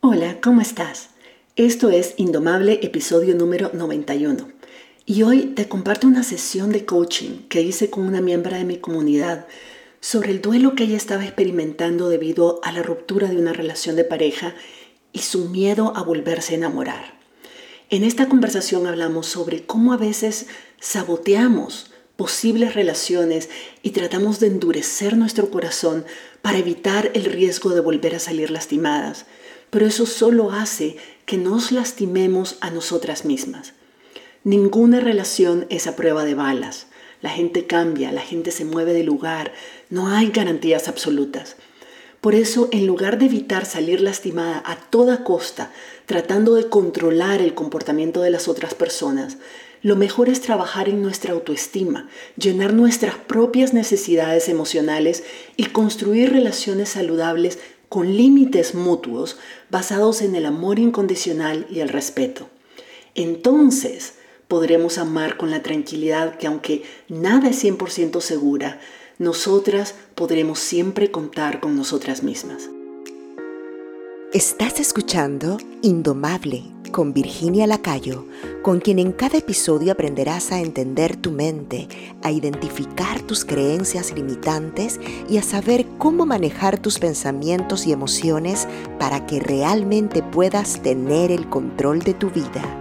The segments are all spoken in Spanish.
Hola, ¿cómo estás? Esto es Indomable, episodio número 91. Y hoy te comparto una sesión de coaching que hice con una miembro de mi comunidad sobre el duelo que ella estaba experimentando debido a la ruptura de una relación de pareja y su miedo a volverse a enamorar. En esta conversación hablamos sobre cómo a veces saboteamos posibles relaciones y tratamos de endurecer nuestro corazón para evitar el riesgo de volver a salir lastimadas. Pero eso solo hace que nos lastimemos a nosotras mismas. Ninguna relación es a prueba de balas. La gente cambia, la gente se mueve de lugar. No hay garantías absolutas. Por eso, en lugar de evitar salir lastimada a toda costa, tratando de controlar el comportamiento de las otras personas, lo mejor es trabajar en nuestra autoestima, llenar nuestras propias necesidades emocionales y construir relaciones saludables con límites mutuos basados en el amor incondicional y el respeto. Entonces, podremos amar con la tranquilidad que aunque nada es 100% segura, nosotras podremos siempre contar con nosotras mismas. Estás escuchando Indomable con Virginia Lacayo, con quien en cada episodio aprenderás a entender tu mente, a identificar tus creencias limitantes y a saber cómo manejar tus pensamientos y emociones para que realmente puedas tener el control de tu vida.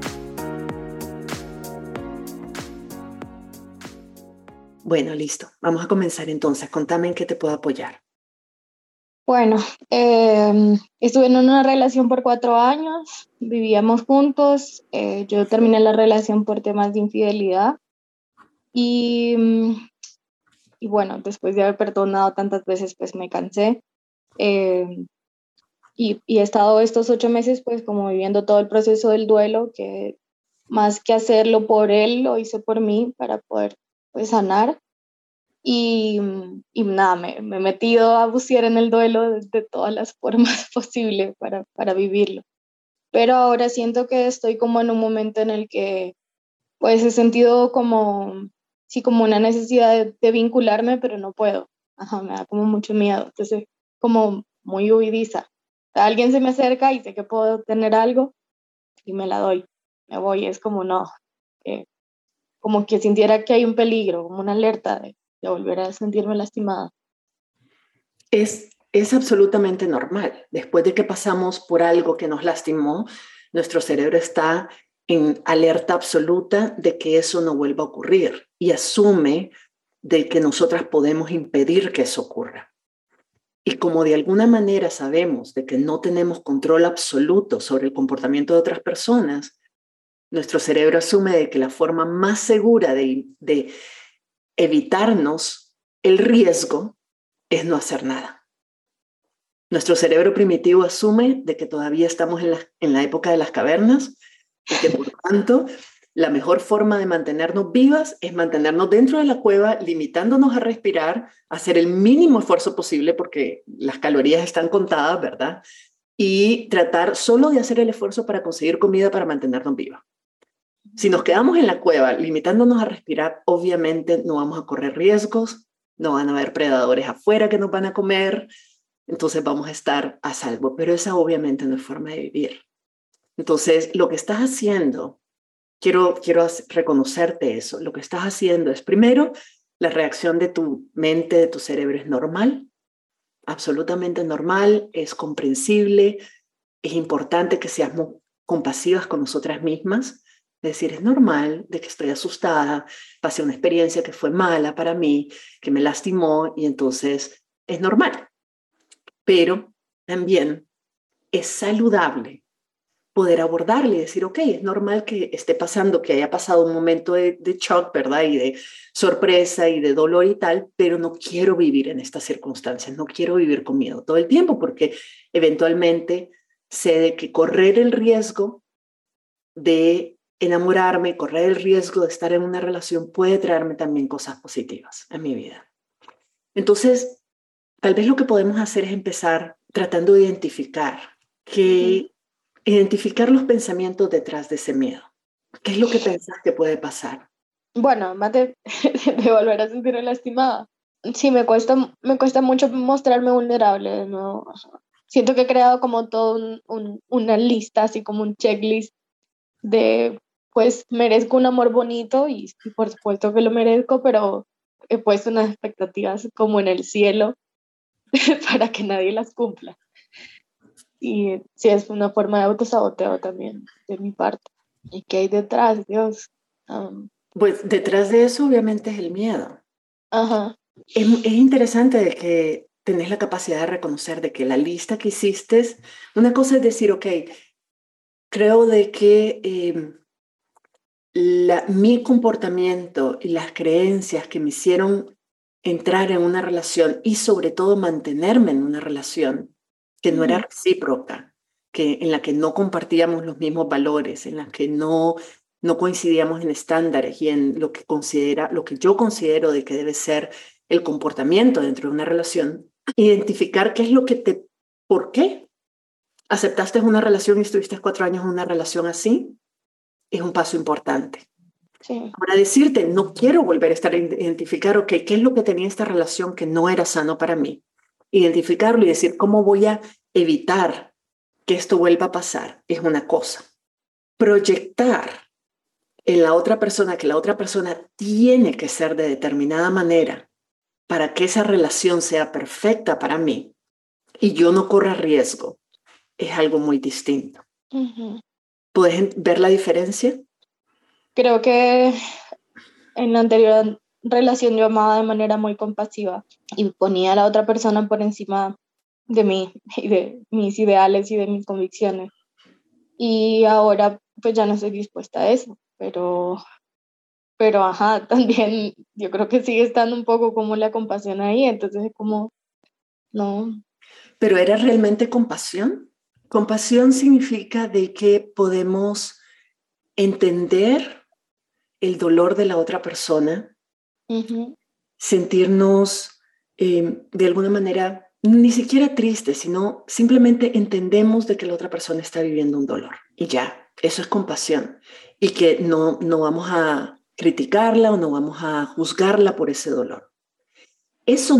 Bueno, listo. Vamos a comenzar entonces. Contame en qué te puedo apoyar. Bueno, estuve en una relación por 4 años, vivíamos juntos, yo terminé la relación por temas de infidelidad y, y bueno, después de haber perdonado tantas veces, pues me cansé eh, y he estado estos 8 meses pues como viviendo todo el proceso del duelo, que más que hacerlo por él, lo hice por mí para poder pues sanar. Y nada, me he metido a bucear en el duelo de todas las formas posibles para vivirlo. Pero ahora siento que estoy como en un momento en el que pues he sentido como, sí, como una necesidad de vincularme, pero no puedo. Ajá, me da como mucho miedo. Entonces, como muy huidiza. Alguien se me acerca y sé que puedo tener algo y me la doy. Me voy, es como no, eh, como que sintiera que hay un peligro, como una alerta de volver a sentirme lastimada. Es absolutamente normal. Después de que pasamos por algo que nos lastimó, nuestro cerebro está en alerta absoluta de que eso no vuelva a ocurrir y asume de que nosotras podemos impedir que eso ocurra. Y como de alguna manera sabemos de que no tenemos control absoluto sobre el comportamiento de otras personas, nuestro cerebro asume de que la forma más segura de evitarnos el riesgo es no hacer nada. Nuestro cerebro primitivo asume de que todavía estamos en la época de las cavernas y que por tanto la mejor forma de mantenernos vivas es mantenernos dentro de la cueva, limitándonos a respirar, hacer el mínimo esfuerzo posible porque las calorías están contadas, ¿verdad? Y tratar solo de hacer el esfuerzo para conseguir comida para mantenernos vivas. Si nos quedamos en la cueva limitándonos a respirar, obviamente no vamos a correr riesgos, no van a haber predadores afuera que nos van a comer, entonces vamos a estar a salvo, pero esa obviamente no es forma de vivir. Entonces, lo que estás haciendo, quiero reconocerte eso, lo que estás haciendo es, primero, la reacción de tu mente, de tu cerebro es normal, absolutamente normal, es comprensible, es importante que seamos compasivas con nosotras mismas, es decir, es normal de que estoy asustada, pasé una experiencia que fue mala para mí, que me lastimó y entonces es normal. Pero también es saludable poder abordarle y decir, ok, es normal que esté pasando, que haya pasado un momento de shock, ¿verdad? Y de sorpresa y de dolor y tal, pero no quiero vivir en estas circunstancias, no quiero vivir con miedo todo el tiempo porque eventualmente sé de que correr el riesgo de enamorarme, correr el riesgo de estar en una relación puede traerme también cosas positivas en mi vida. Entonces, tal vez lo que podemos hacer es empezar tratando de identificar los pensamientos detrás de ese miedo. ¿Qué es lo que pensás que puede pasar? Bueno, además de volver a sentirme lastimada. Sí, me cuesta mucho mostrarme vulnerable de nuevo. siento que he creado como todo una lista, así como un checklist de, pues merezco un amor bonito y por supuesto que lo merezco, pero he puesto unas expectativas como en el cielo para que nadie las cumpla. Y sí, es una forma de autosaboteo también de mi parte. ¿Y qué hay detrás, Dios? Pues detrás de eso obviamente es el miedo. Ajá. Es interesante de que tenés la capacidad de reconocer de que la lista que hiciste, una cosa es decir, ok, creo de que mi comportamiento y las creencias que me hicieron entrar en una relación y sobre todo mantenerme en una relación que no era recíproca, en la que no compartíamos los mismos valores, en la que no coincidíamos en estándares y en lo que yo considero de que debe ser el comportamiento dentro de una relación, identificar qué es lo que ¿por qué aceptaste una relación y estuviste 4 años en una relación así? Es un paso importante. Sí. Para decirte, no quiero volver a identificar, ok, ¿qué es lo que tenía esta relación que no era sano para mí? Identificarlo y decir, ¿cómo voy a evitar que esto vuelva a pasar? Es una cosa. Proyectar en la otra persona que la otra persona tiene que ser de determinada manera para que esa relación sea perfecta para mí y yo no corra riesgo, es algo muy distinto. ¿Puedes ver la diferencia? Creo que en la anterior relación yo amaba de manera muy compasiva y ponía a la otra persona por encima de mí y de mis ideales y de mis convicciones. Y ahora pues ya no estoy dispuesta a eso, pero ajá, también yo creo que sigue estando un poco como la compasión ahí, entonces es como, no. ¿Pero era realmente compasión? Compasión significa de que podemos entender el dolor de la otra persona, sentirnos de alguna manera ni siquiera tristes, sino simplemente entendemos de que la otra persona está viviendo un dolor. Y ya, eso es compasión. Y que no vamos a criticarla o no vamos a juzgarla por ese dolor. Eso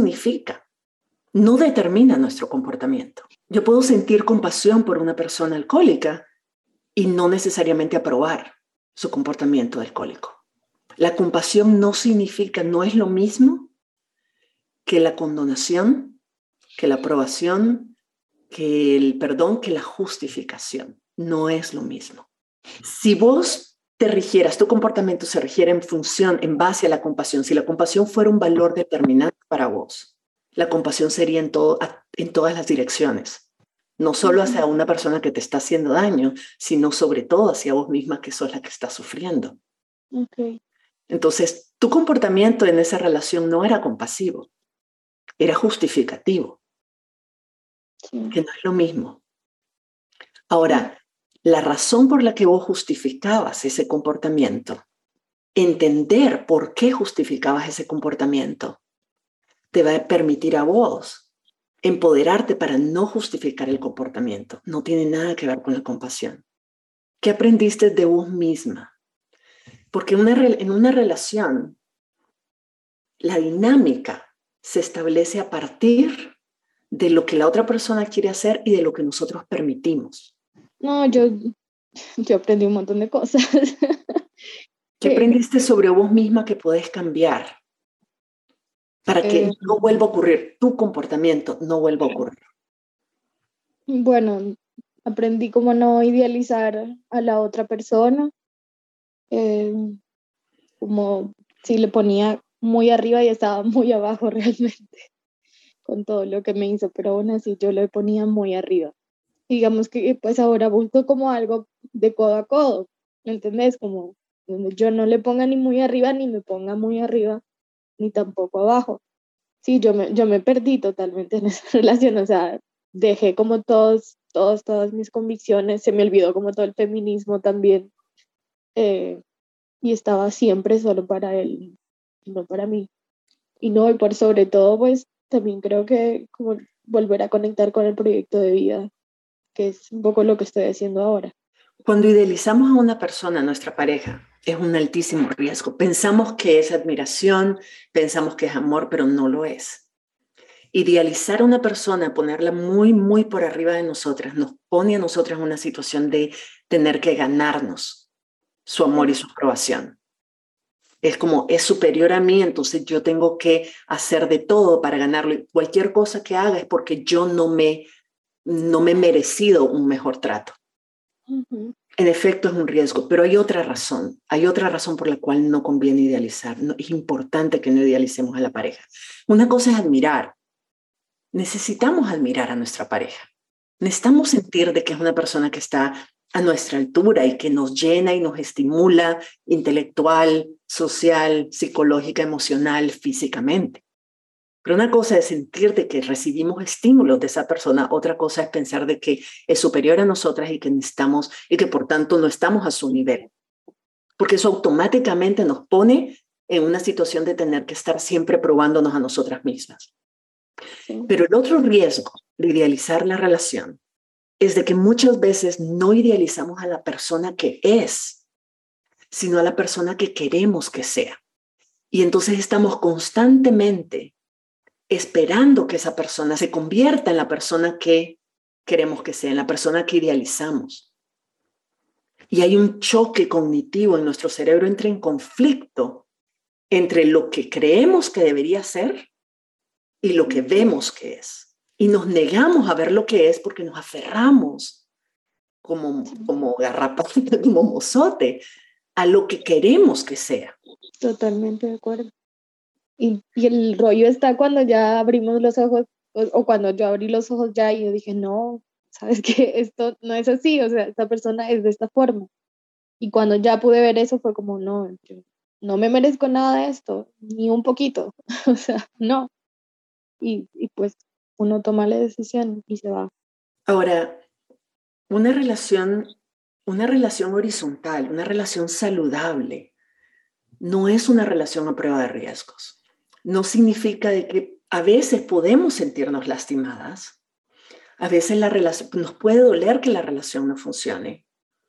no determina nuestro comportamiento. Yo puedo sentir compasión por una persona alcohólica y no necesariamente aprobar su comportamiento alcohólico. La compasión no es lo mismo que la condonación, que la aprobación, que el perdón, que la justificación. No es lo mismo. Si vos tu comportamiento se rigiera en base a la compasión, si la compasión fuera un valor determinante para vos, la compasión sería en todas las direcciones. No solo hacia una persona que te está haciendo daño, sino sobre todo hacia vos misma que sos la que está sufriendo. Okay. Entonces, tu comportamiento en esa relación no era compasivo, era justificativo, Sí. que no es lo mismo. Ahora, la razón por la que vos justificabas ese comportamiento, entender por qué justificabas ese comportamiento, te va a permitir a vos empoderarte para no justificar el comportamiento. No tiene nada que ver con la compasión. ¿Qué aprendiste de vos misma? Porque en una relación, la dinámica se establece a partir de lo que la otra persona quiere hacer y de lo que nosotros permitimos. No, yo aprendí un montón de cosas. ¿Qué aprendiste sobre vos misma que podés cambiar para que no vuelva a ocurrir? Tu comportamiento no vuelva a ocurrir. Bueno, aprendí cómo no idealizar a la otra persona, como si le ponía muy arriba y estaba muy abajo realmente con todo lo que me hizo, pero aún así yo le ponía muy arriba. Digamos que pues ahora busco como algo de codo a codo, ¿me entendés? Como donde yo no le ponga ni muy arriba ni me ponga muy arriba ni tampoco abajo. Sí, yo me perdí totalmente en esa relación, o sea, dejé como todas mis convicciones, se me olvidó como todo el feminismo también, y estaba siempre solo para él, no para mí. Y no, y por sobre todo, pues también creo que como volver a conectar con el proyecto de vida, que es un poco lo que estoy haciendo ahora. Cuando idealizamos a una persona, nuestra pareja, es un altísimo riesgo. Pensamos que es admiración, pensamos que es amor, pero no lo es. Idealizar a una persona, ponerla muy, muy por arriba de nosotras, nos pone a nosotras en una situación de tener que ganarnos su amor y su aprobación. Es como, es superior a mí, entonces yo tengo que hacer de todo para ganarlo. Y cualquier cosa que haga es porque yo no me he merecido un mejor trato. Ujú. En efecto, es un riesgo, pero hay otra razón por la cual no conviene idealizar. No, es importante que no idealicemos a la pareja. Una cosa es admirar. Necesitamos admirar a nuestra pareja. Necesitamos sentir de que es una persona que está a nuestra altura y que nos llena y nos estimula intelectual, social, psicológica, emocional, físicamente. Pero una cosa es sentir de que recibimos estímulos de esa persona, otra cosa es pensar de que es superior a nosotras y que necesitamos y que por tanto no estamos a su nivel. Porque eso automáticamente nos pone en una situación de tener que estar siempre probándonos a nosotras mismas. Sí. Pero el otro riesgo de idealizar la relación es de que muchas veces no idealizamos a la persona que es, sino a la persona que queremos que sea. Y entonces estamos constantemente esperando que esa persona se convierta en la persona que queremos que sea, en la persona que idealizamos. Y hay un choque cognitivo en nuestro cerebro, entra en conflicto entre lo que creemos que debería ser y lo que vemos que es. Y nos negamos a ver lo que es porque nos aferramos como garrapata, como mozote, a lo que queremos que sea. Totalmente de acuerdo. Y el rollo está cuando ya abrimos los ojos, o cuando yo abrí los ojos ya y yo dije, no, sabes que esto no es así, o sea, esta persona es de esta forma. Y cuando ya pude ver eso fue como, no, yo no me merezco nada de esto, ni un poquito, o sea, no. Y pues uno toma la decisión y se va. Ahora, una relación horizontal, una relación saludable, no es una relación a prueba de riesgos. No significa de que a veces podemos sentirnos lastimadas, a veces nos puede doler que la relación no funcione,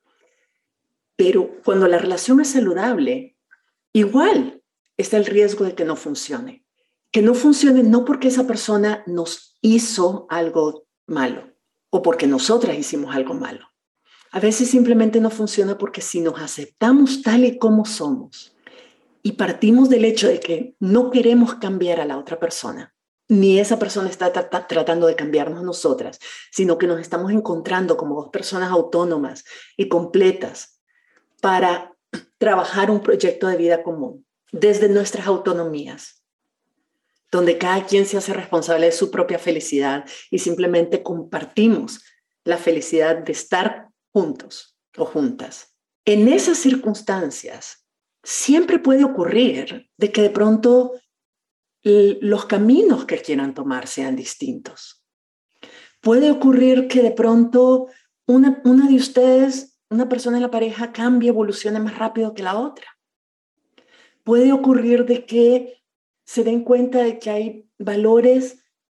pero cuando la relación es saludable, igual está el riesgo de que no funcione. Que no funcione no porque esa persona nos hizo algo malo o porque nosotras hicimos algo malo. A veces simplemente no funciona porque si nos aceptamos tal y como somos y partimos del hecho de que no queremos cambiar a la otra persona, ni esa persona está tratando de cambiarnos a nosotras, sino que nos estamos encontrando como dos personas autónomas y completas para trabajar un proyecto de vida común desde nuestras autonomías, donde cada quien se hace responsable de su propia felicidad y simplemente compartimos la felicidad de estar juntos o juntas. En esas circunstancias, siempre puede ocurrir de que de pronto los caminos que quieran tomar sean distintos. Puede ocurrir que de pronto una de ustedes, una persona en la pareja, cambie, evolucione más rápido que la otra. Puede ocurrir de que se den cuenta de que hay valores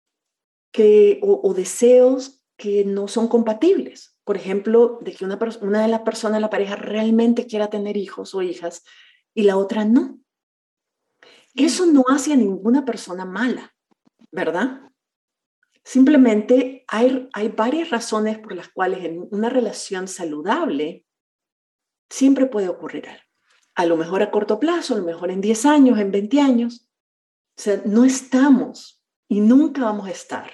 o deseos que no son compatibles. Por ejemplo, de que una de las personas en la pareja realmente quiera tener hijos o hijas y la otra no. Eso no hace a ninguna persona mala, ¿verdad? Simplemente hay varias razones por las cuales en una relación saludable siempre puede ocurrir algo. A lo mejor a corto plazo, a lo mejor en 10 años, en 20 años. O sea, no estamos y nunca vamos a estar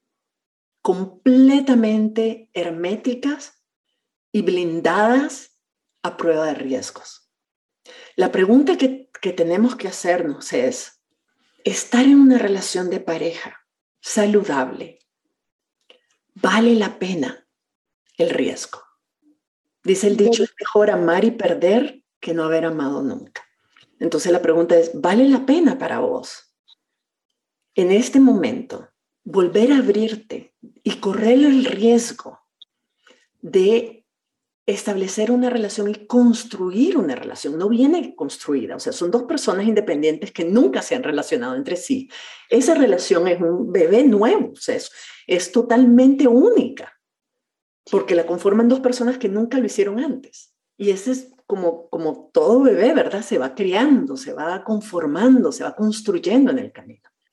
completamente herméticas y blindadas a prueba de riesgos. La pregunta que tenemos que hacernos es, ¿estar en una relación de pareja saludable vale la pena el riesgo? Dice el dicho, es mejor amar y perder que no haber amado nunca. Entonces la pregunta es, ¿vale la pena para vos en este momento volver a abrirte y correr el riesgo de establecer una relación y construir una relación? No viene construida, o sea, son dos personas independientes que nunca se han relacionado entre sí. Esa relación es un bebé nuevo, o sea, es totalmente única, porque la conforman dos personas que nunca lo hicieron antes. Y ese es como todo bebé, ¿verdad? Se va criando, se va conformando, se va construyendo en el camino.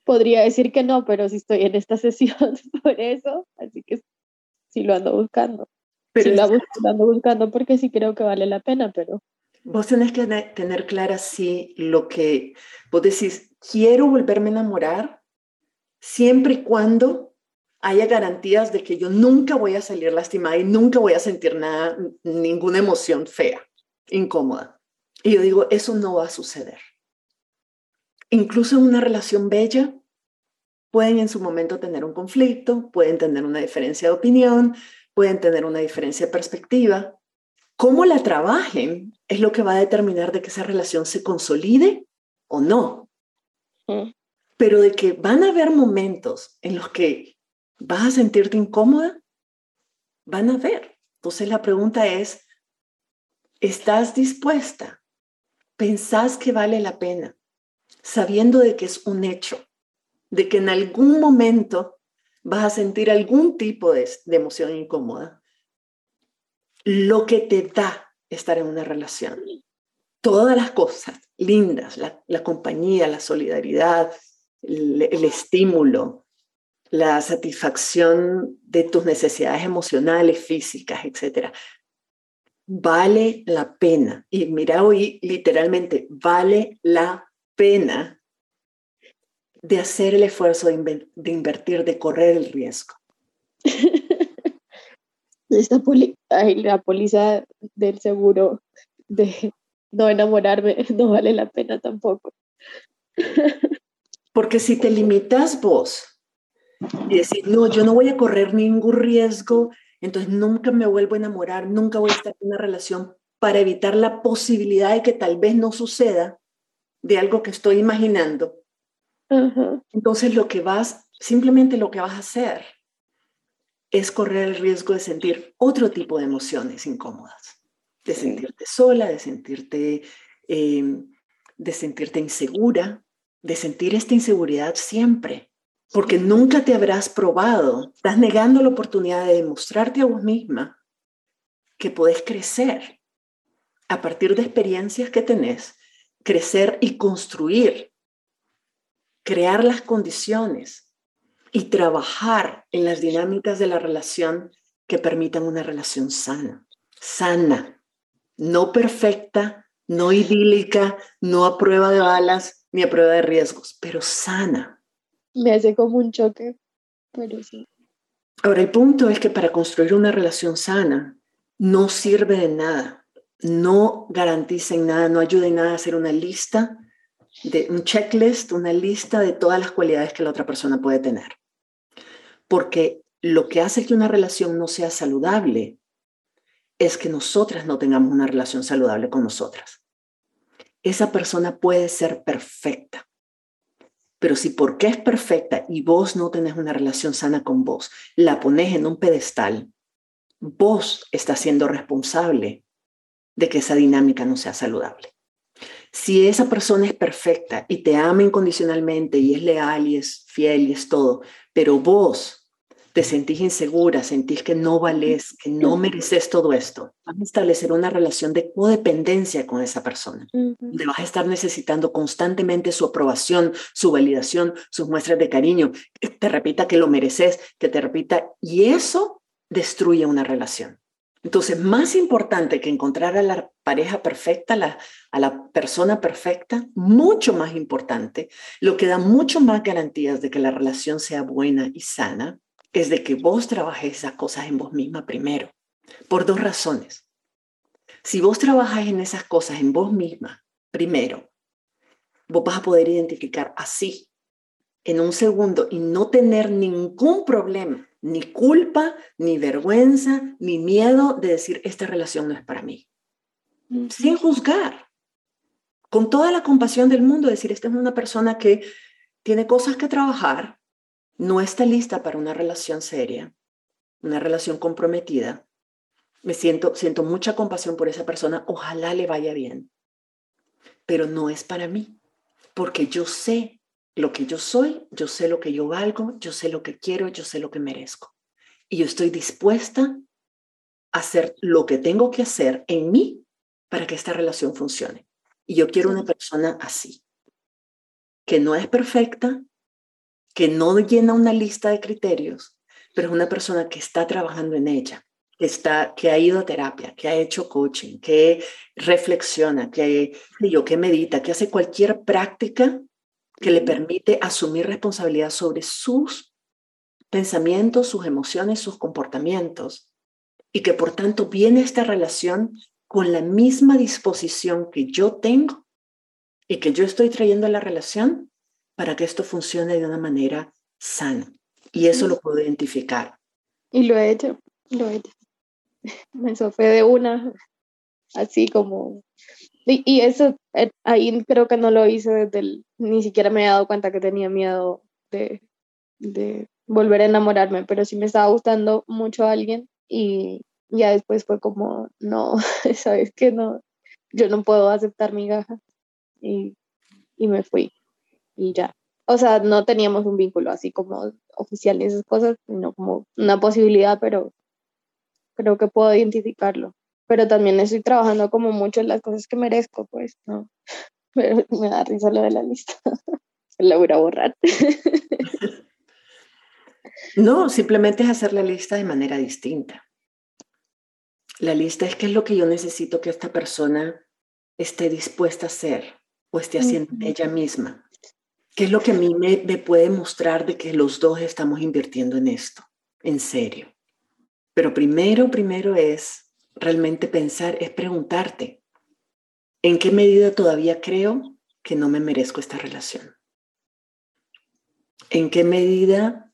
podría decir que no, pero si estoy en esta sesión por eso, así que sí lo ando buscando. Pero Sí lo ando buscando porque sí creo que vale la pena, pero... vos tenés que tener clara si lo que vos decís, quiero volverme a enamorar, siempre y cuando haya garantías de que yo nunca voy a salir lastimada y nunca voy a sentir nada, ninguna emoción fea, incómoda. Y yo digo, eso no va a suceder. Incluso en una relación bella, pueden en su momento tener un conflicto, pueden tener una diferencia de opinión, pueden tener una diferencia de perspectiva. Cómo la trabajen es lo que va a determinar de que esa relación se consolide o no. Pero de que van a haber momentos en los que vas a sentirte incómoda, van a haber. Entonces la pregunta es, ¿estás dispuesta? ¿Pensás que vale la pena? Sabiendo de que es un hecho, de que en algún momento vas a sentir algún tipo de emoción incómoda. Lo que te da estar en una relación. Todas las cosas lindas, la compañía, la solidaridad, el estímulo, la satisfacción de tus necesidades emocionales, físicas, etc. Vale la pena. Y mira hoy, literalmente, vale la pena de hacer el esfuerzo de invertir, de correr el riesgo. La póliza del seguro de no enamorarme no vale la pena tampoco. Porque si te limitas vos y decís, no, yo no voy a correr ningún riesgo, entonces nunca me vuelvo a enamorar, nunca voy a estar en una relación para evitar la posibilidad de que tal vez no suceda de algo que estoy imaginando. Uh-huh. Entonces simplemente lo que vas a hacer es correr el riesgo de sentir otro tipo de emociones incómodas, de sentirte sola, de sentirte insegura, de sentir esta inseguridad siempre, porque nunca te habrás probado, estás negando la oportunidad de demostrarte a vos misma que podés crecer a partir de experiencias que tenés, crecer y construir, crear las condiciones y trabajar en las dinámicas de la relación que permitan una relación sana, no perfecta, no idílica, no a prueba de balas ni a prueba de riesgos, pero sana. Me hace como un choque, pero sí. Ahora, el punto es que para construir una relación sana no sirve de nada, no garantiza en nada, no ayuda en nada a hacer una lista, un checklist, una lista de todas las cualidades que la otra persona puede tener. Porque lo que hace que una relación no sea saludable es que nosotras no tengamos una relación saludable con nosotras. Esa persona puede ser perfecta, pero si porque es perfecta y vos no tenés una relación sana con vos, la pones en un pedestal, vos estás siendo responsable de que esa dinámica no sea saludable. Si esa persona es perfecta y te ama incondicionalmente y es leal y es fiel y es todo, pero vos te sentís insegura, sentís que no valés, que no mereces todo esto, vas a establecer una relación de codependencia con esa persona, donde vas a estar necesitando constantemente su aprobación, su validación, sus muestras de cariño, que te repita que lo mereces, que te repita, y eso destruye una relación. Entonces, más importante que encontrar a la pareja perfecta, a la persona perfecta, mucho más importante, lo que da mucho más garantías de que la relación sea buena y sana, es de que vos trabajes esas cosas en vos misma primero, por dos razones. Si vos trabajas en esas cosas en vos misma primero, vos vas a poder identificar así, en un segundo, y no tener ningún problema, ni culpa, ni vergüenza, ni miedo de decir, esta relación no es para mí. Sin juzgar, con toda la compasión del mundo, decir, esta es una persona que tiene cosas que trabajar, no está lista para una relación seria, una relación comprometida. Siento mucha compasión por esa persona, ojalá le vaya bien, pero no es para mí, porque yo sé lo que yo soy, yo sé lo que yo valgo, yo sé lo que quiero, yo sé lo que merezco. Y yo estoy dispuesta a hacer lo que tengo que hacer en mí para que esta relación funcione. Y yo quiero una persona así, que no es perfecta, que no llena una lista de criterios, pero es una persona que está trabajando en ella, que ha ido a terapia, que ha hecho coaching, que reflexiona, que medita, que hace cualquier práctica que le permite asumir responsabilidad sobre sus pensamientos, sus emociones, sus comportamientos, y que por tanto viene a esta relación con la misma disposición que yo tengo y que yo estoy trayendo a la relación para que esto funcione de una manera sana. Y eso lo puedo identificar. Y lo he hecho. Eso fue de una, así como... Y eso, ahí creo que no lo hice ni siquiera me he dado cuenta que tenía miedo de volver a enamorarme, pero sí me estaba gustando mucho a alguien y ya después fue como, no, sabes que no, yo no puedo aceptar migajas y me fui y ya. O sea, no teníamos un vínculo así como oficial ni esas cosas, sino como una posibilidad, pero creo que puedo identificarlo. Pero también estoy trabajando como mucho en las cosas que merezco, pues, ¿no? Pero me da risa lo de la lista. La voy a borrar. No, simplemente es hacer la lista de manera distinta. La lista es qué es lo que yo necesito que esta persona esté dispuesta a hacer o esté haciendo ella misma. ¿Qué es lo que a mí me puede mostrar de que los dos estamos invirtiendo en esto? En serio. Pero primero es realmente pensar, es preguntarte, ¿en qué medida todavía creo que no me merezco esta relación? ¿En qué medida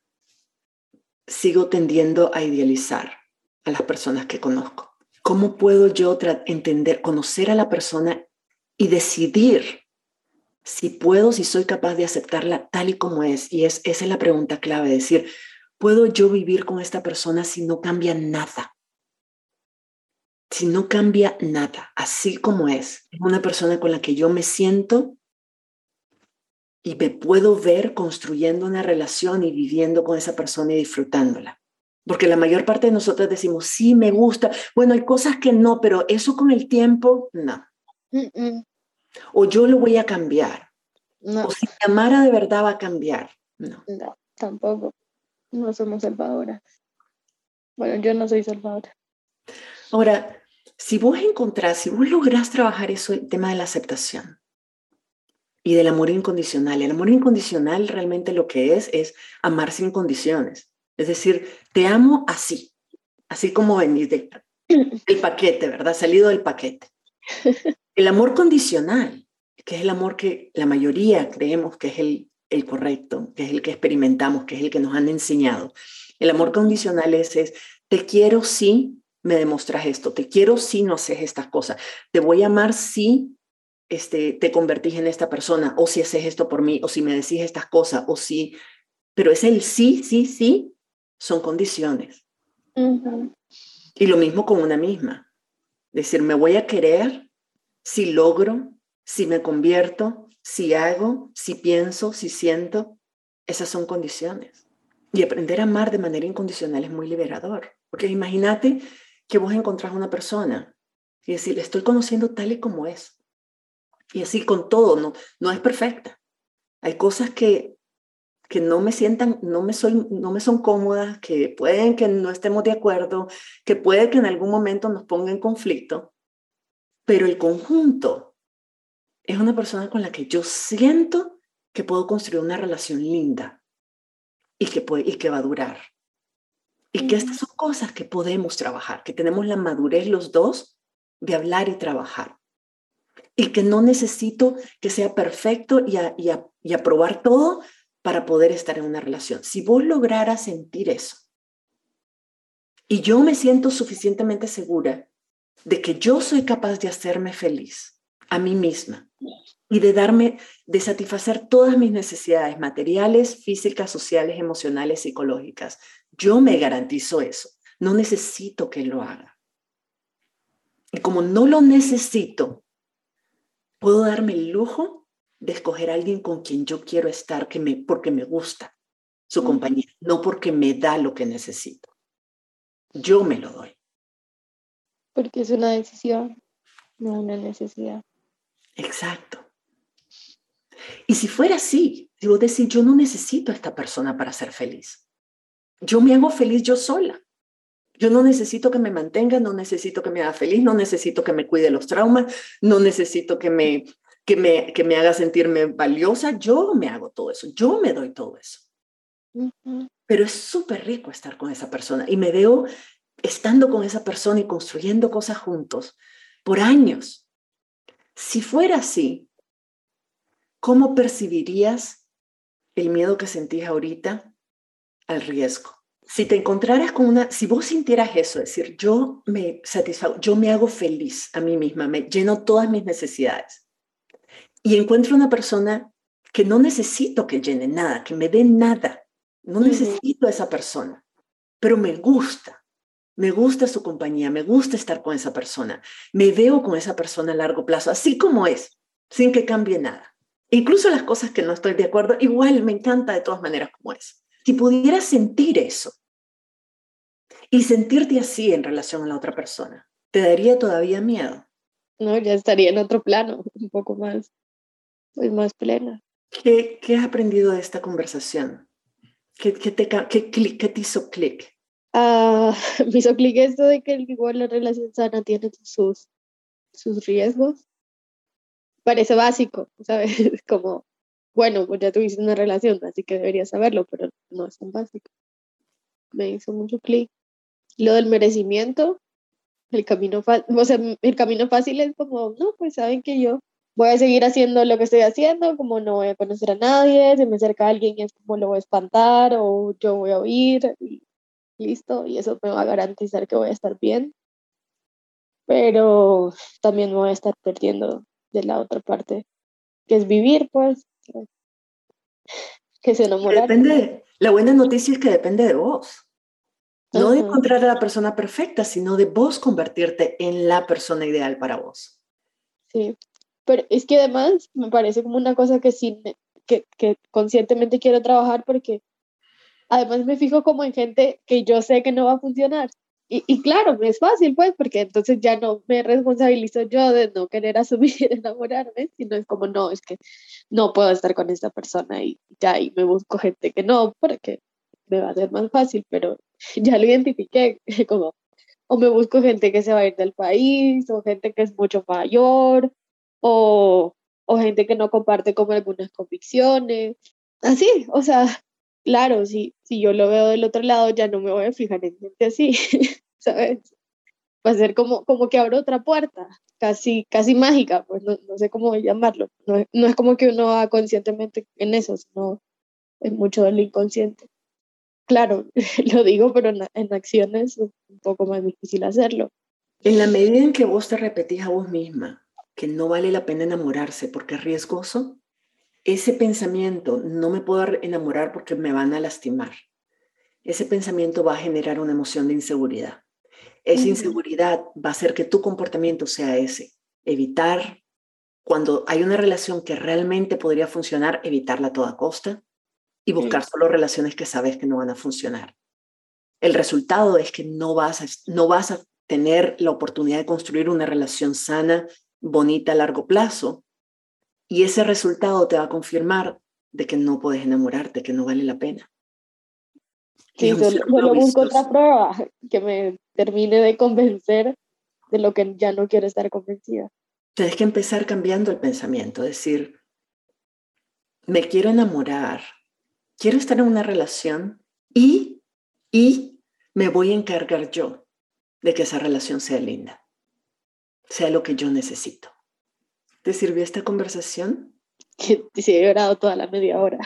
sigo tendiendo a idealizar a las personas que conozco? ¿Cómo puedo yo entender, conocer a la persona y decidir si puedo, si soy capaz de aceptarla tal y como es? Y esa es la pregunta clave, decir, ¿puedo yo vivir con esta persona si no cambia nada? Si no cambia nada, así como es una persona con la que yo me siento y me puedo ver construyendo una relación y viviendo con esa persona y disfrutándola. Porque la mayor parte de nosotros decimos, sí, me gusta. Bueno, hay cosas que no, pero eso con el tiempo, no. O yo lo voy a cambiar. No. O si me amara de verdad va a cambiar. No. No, tampoco. No somos salvadoras. Bueno, yo no soy salvadora. Ahora, si vos lográs trabajar eso, el tema de la aceptación y del amor incondicional. El amor incondicional realmente lo que es amar sin condiciones. Es decir, te amo así como venís del paquete, ¿verdad? Salido del paquete. El amor condicional, que es el amor que la mayoría creemos que es el correcto, que es el que experimentamos, que es el que nos han enseñado. El amor condicional es te quiero si me demostras esto, te quiero si no haces estas cosas, te voy a amar si te convertís en esta persona, o si haces esto por mí, o si me decís estas cosas, o si... Pero es el sí, son condiciones. Y lo mismo con una misma. Decir, me voy a querer si logro, si me convierto, si hago, si pienso, si siento. Esas son condiciones. Y aprender a amar de manera incondicional es muy liberador. Porque imagínate que vos encontrás una persona y decir, le estoy conociendo tal y como es. Y así con todo, no es perfecta. Hay cosas que no me sientan, no me son cómodas, que pueden que no estemos de acuerdo, que puede que en algún momento nos ponga en conflicto, pero el conjunto es una persona con la que yo siento que puedo construir una relación linda y que va a durar. Y que estas son cosas que podemos trabajar, que tenemos la madurez los dos de hablar y trabajar. Y que no necesito que sea perfecto y aprobar todo para poder estar en una relación. Si vos lograras sentir eso, y yo me siento suficientemente segura de que yo soy capaz de hacerme feliz a mí misma y de satisfacer todas mis necesidades materiales, físicas, sociales, emocionales, psicológicas, yo me garantizo eso. No necesito que lo haga. Y como no lo necesito, puedo darme el lujo de escoger a alguien con quien yo quiero estar porque me gusta su compañía, no porque me da lo que necesito. Yo me lo doy. Porque es una decisión, no una necesidad. Exacto. Y si fuera así, Si vos decís, yo no necesito a esta persona para ser feliz. Yo me hago feliz yo sola. Yo no necesito que me mantenga, no necesito que me haga feliz, no necesito que me cuide los traumas, no necesito que me haga sentirme valiosa. Yo me hago todo eso, yo me doy todo eso. Uh-huh. Pero es súper rico estar con esa persona y me veo estando con esa persona y construyendo cosas juntos por años. Si fuera así, ¿cómo percibirías el miedo que sentís ahorita al riesgo? Si te encontraras si vos sintieras eso, es decir, yo me satisfago, yo me hago feliz a mí misma, me lleno todas mis necesidades y encuentro una persona que no necesito que llene nada, que me dé nada, no necesito a esa persona, pero me gusta su compañía, me gusta estar con esa persona, me veo con esa persona a largo plazo, así como es, sin que cambie nada. Incluso las cosas que no estoy de acuerdo, igual me encanta de todas maneras como es. Si pudieras sentir eso y sentirte así en relación a la otra persona, ¿te daría todavía miedo? No, ya estaría en otro plano, un poco más, pues más plena. ¿Qué has aprendido de esta conversación? ¿Qué te hizo clic? Me hizo clic esto de que igual la relación sana tiene sus riesgos. Parece básico, ¿sabes? Como, bueno, pues ya tuviste una relación, así que deberías saberlo, pero no es tan básico. Me hizo mucho clic. Lo del merecimiento, el camino fácil es como, no, pues saben que yo voy a seguir haciendo lo que estoy haciendo, como no voy a conocer a nadie, si me acerca alguien es como lo voy a espantar o yo voy a oír y listo, y eso me va a garantizar que voy a estar bien, pero también me voy a estar perdiendo de la otra parte, que es vivir, pues, que es enamorar. La buena noticia es que depende de vos. No de encontrar a la persona perfecta, sino de vos convertirte en la persona ideal para vos. Sí, pero es que además me parece como una cosa que sí, que conscientemente quiero trabajar porque además me fijo como en gente que yo sé que no va a funcionar. Y claro, es fácil pues, porque entonces ya no me responsabilizo yo de no querer asumir enamorarme, sino es como, no, es que no puedo estar con esta persona y ya, y me busco gente que no, porque me va a ser más fácil, pero ya lo identifiqué como, o me busco gente que se va a ir del país, o gente que es mucho mayor, o gente que no comparte como algunas convicciones, así, o sea, claro, si yo lo veo del otro lado, ya no me voy a fijar en gente así, ¿sabes? Va a ser como que abro otra puerta, casi mágica, pues no sé cómo llamarlo. No es como que uno va conscientemente en eso, sino es mucho del inconsciente. Claro, lo digo, pero en acciones es un poco más difícil hacerlo. En la medida en que vos te repetís a vos misma que no vale la pena enamorarse porque es riesgoso, ese pensamiento, no me puedo enamorar porque me van a lastimar, ese pensamiento va a generar una emoción de inseguridad. Esa inseguridad va a hacer que tu comportamiento sea ese, evitar, cuando hay una relación que realmente podría funcionar, evitarla a toda costa y buscar solo relaciones que sabes que no van a funcionar. El resultado es que no vas a tener la oportunidad de construir una relación sana, bonita a largo plazo, y ese resultado te va a confirmar de que no puedes enamorarte, que no vale la pena. Sí, solo busco otra prueba que me termine de convencer de lo que ya no quiero estar convencida. Tienes que empezar cambiando el pensamiento, decir, me quiero enamorar, quiero estar en una relación y me voy a encargar yo de que esa relación sea linda, sea lo que yo necesito. ¿Te sirvió esta conversación? Sí, he llorado toda la media hora.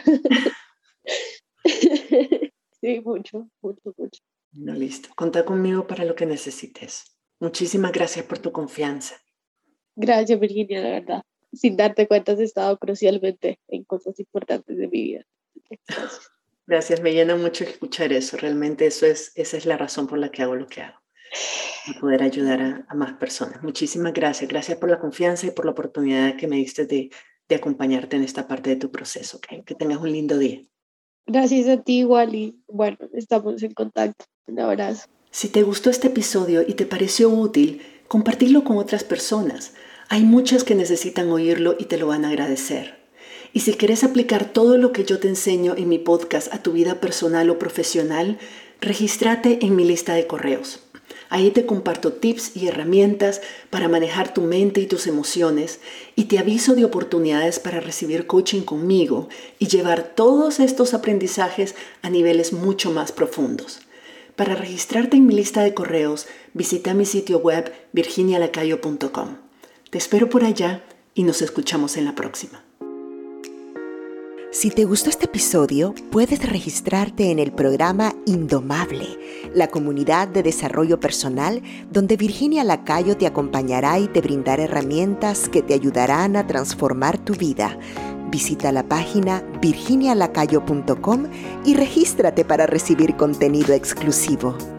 Sí, mucho. No, listo. Contá conmigo para lo que necesites. Muchísimas gracias por tu confianza. Gracias, Virginia, la verdad. Sin darte cuenta, has estado crucialmente en cosas importantes de mi vida. Gracias. Gracias, me llena mucho escuchar eso. Realmente esa es la razón por la que hago lo que hago. Para poder ayudar a más personas. Muchísimas gracias. Gracias por la confianza y por la oportunidad que me diste de acompañarte en esta parte de tu proceso. ¿Okay? Que tengas un lindo día. Gracias a ti, igual, y bueno, estamos en contacto. Un abrazo. Si te gustó este episodio y te pareció útil, compartirlo con otras personas. Hay muchas que necesitan oírlo y te lo van a agradecer. Y si quieres aplicar todo lo que yo te enseño en mi podcast a tu vida personal o profesional, regístrate en mi lista de correos. Ahí te comparto tips y herramientas para manejar tu mente y tus emociones y te aviso de oportunidades para recibir coaching conmigo y llevar todos estos aprendizajes a niveles mucho más profundos. Para registrarte en mi lista de correos, visita mi sitio web virginialacayo.com. Te espero por allá y nos escuchamos en la próxima. Si te gustó este episodio, puedes registrarte en el programa Indomable, la comunidad de desarrollo personal donde Virginia Lacayo te acompañará y te brindará herramientas que te ayudarán a transformar tu vida. Visita la página virginialacayo.com y regístrate para recibir contenido exclusivo.